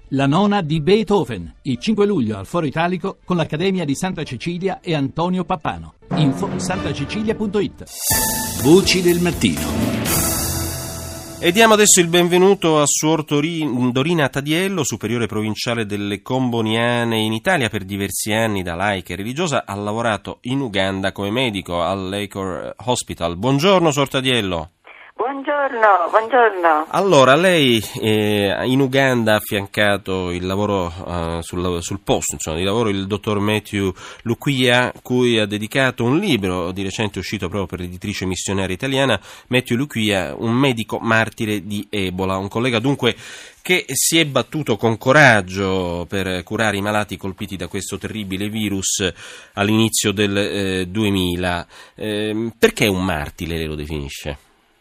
La nona di Beethoven, il 5 luglio al Foro Italico con l'Accademia di Santa Cecilia e Antonio Pappano. Info santacecilia.it. Voci del mattino. E diamo adesso il benvenuto a Suor Dorina Tadiello, superiore provinciale delle Comboniane in Italia. Per diversi anni da laica e religiosa ha lavorato in Uganda come medico al Laker Hospital. Buongiorno, Suor Tadiello. Buongiorno. Allora, lei in Uganda ha affiancato il lavoro sul posto, insomma, di lavoro il dottor Matthew Luquia, cui ha dedicato un libro di recente uscito proprio per l'editrice missionaria italiana. Matthew Luquia, un medico martire di Ebola, un collega dunque che si è battuto con coraggio per curare i malati colpiti da questo terribile virus all'inizio del 2000. Perché un martire lei lo definisce?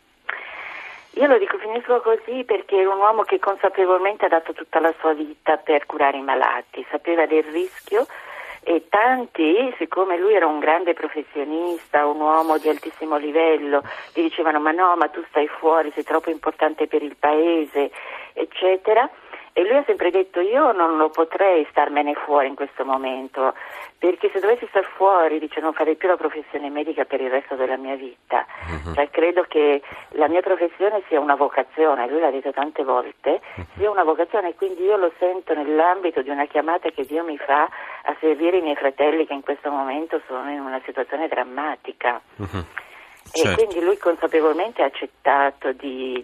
Io lo definisco così perché è un uomo che consapevolmente ha dato tutta la sua vita per curare i malati, sapeva del rischio e tanti, siccome lui era un grande professionista, un uomo di altissimo livello, gli dicevano ma tu stai fuori, sei troppo importante per il paese, eccetera. E lui ha sempre detto io non lo potrei starmene fuori in questo momento, perché se dovessi star fuori, dice, non farei più la professione medica per il resto della mia vita. Cioè, credo che la mia professione sia una vocazione, lui l'ha detto tante volte, sia una vocazione, e quindi io lo sento nell'ambito di una chiamata che Dio mi fa a servire i miei fratelli che in questo momento sono in una situazione drammatica. Certo. E quindi lui consapevolmente ha accettato di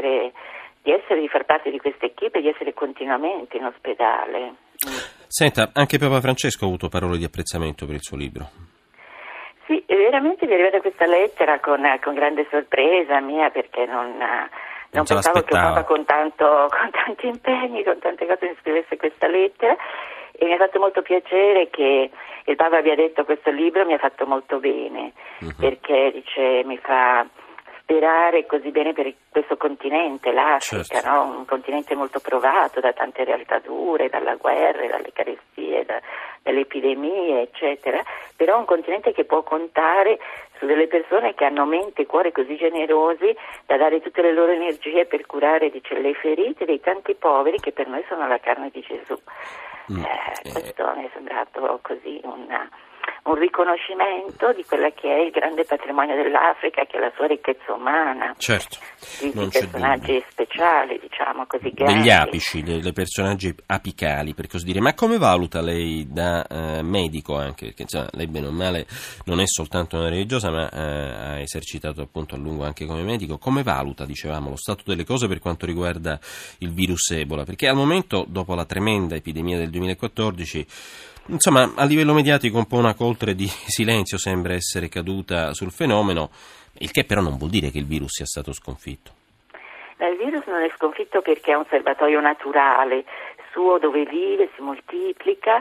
far parte di questa equipe e di essere continuamente in ospedale. Senta, anche Papa Francesco ha avuto parole di apprezzamento per il suo libro. Sì, veramente mi è arrivata questa lettera con grande sorpresa mia, perché non pensavo che un Papa con tanti impegni, con tante cose mi scrivesse questa lettera, e mi ha fatto molto piacere che il Papa abbia detto questo libro mi ha fatto molto bene, perché dice mi fa sperare così bene per questo continente, l'Africa, certo. No? Un continente molto provato da tante realtà dure, dalla guerra, dalle carestie, dalle epidemie, eccetera, però un continente che può contare su delle persone che hanno mente e cuore così generosi da dare tutte le loro energie per curare, dice, le ferite dei tanti poveri che per noi sono la carne di Gesù. Questo mi è sembrato così un riconoscimento di quella che è il grande patrimonio dell'Africa, che è la sua ricchezza umana. Certo, di non c'è personaggi dubbio. Speciali, diciamo così, grandi. Degli apici, dei personaggi apicali, per così dire. Ma come valuta lei da medico anche, che insomma, lei bene o male non è soltanto una religiosa, ma ha esercitato appunto a lungo anche come medico, come valuta, dicevamo, lo stato delle cose per quanto riguarda il virus Ebola? Perché al momento, dopo la tremenda epidemia del 2014, insomma, a livello mediatico un po' una coltre di silenzio sembra essere caduta sul fenomeno, il che però non vuol dire che il virus sia stato sconfitto. Il virus non è sconfitto perché è un serbatoio naturale suo dove vive, si moltiplica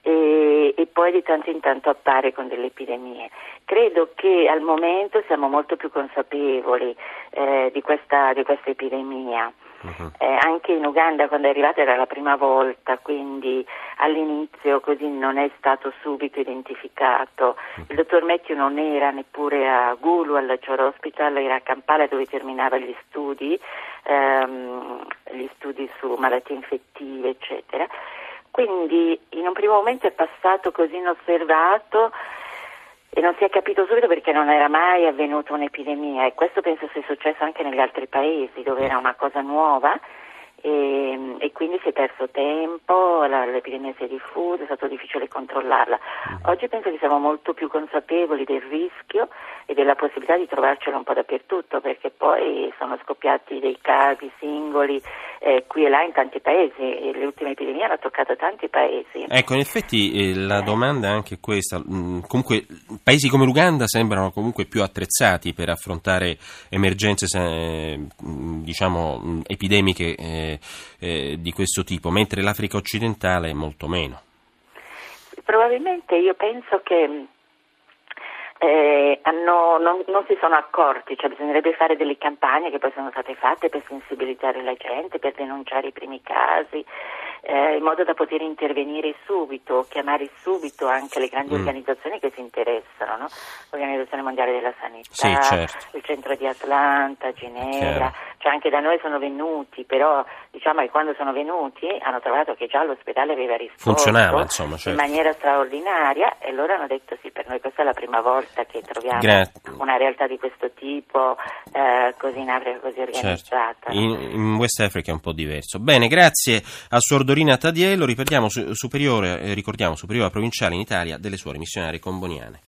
e poi di tanto in tanto appare con delle epidemie. Credo che al momento siamo molto più consapevoli di questa epidemia. Anche in Uganda quando è arrivata era la prima volta, quindi all'inizio così non è stato subito identificato. Il dottor Matthew non era neppure a Gulu al Laker Hospital, era a Kampala dove terminava gli studi su malattie infettive, eccetera. Quindi in un primo momento è passato così inosservato e non si è capito subito perché non era mai avvenuta un'epidemia, e questo penso sia successo anche negli altri paesi dove era una cosa nuova e quindi si è perso tempo, l'epidemia si è diffusa, è stato difficile controllarla. Oggi penso che siamo molto più consapevoli del rischio e della possibilità di trovarcela un po' dappertutto, perché poi sono scoppiati dei casi singoli qui e là in tanti paesi, e le ultime epidemie hanno toccato tanti paesi. Ecco, in effetti la domanda è anche questa. Comunque paesi come l'Uganda sembrano comunque più attrezzati per affrontare emergenze diciamo epidemiche di questo tipo, mentre l'Africa occidentale molto meno. Probabilmente io penso che non si sono accorti, cioè bisognerebbe fare delle campagne che poi sono state fatte per sensibilizzare la gente, per denunciare i primi casi, in modo da poter intervenire subito, chiamare subito anche le grandi organizzazioni che si interessano, no? L'Organizzazione Mondiale della Sanità, sì, certo. il centro di Atlanta, Ginevra, cioè anche da noi sono venuti, però diciamo che quando sono venuti hanno trovato che già l'ospedale aveva risposto, funzionava, insomma, certo, in maniera straordinaria, e loro hanno detto sì, per noi questa è la prima volta che troviamo una realtà di questo tipo, così in Africa, così organizzata. Certo. In West Africa è un po' diverso. Bene, grazie a Suor Dorina Tadiello. Ricordiamo superiore provinciale in Italia delle suore missionarie comboniane.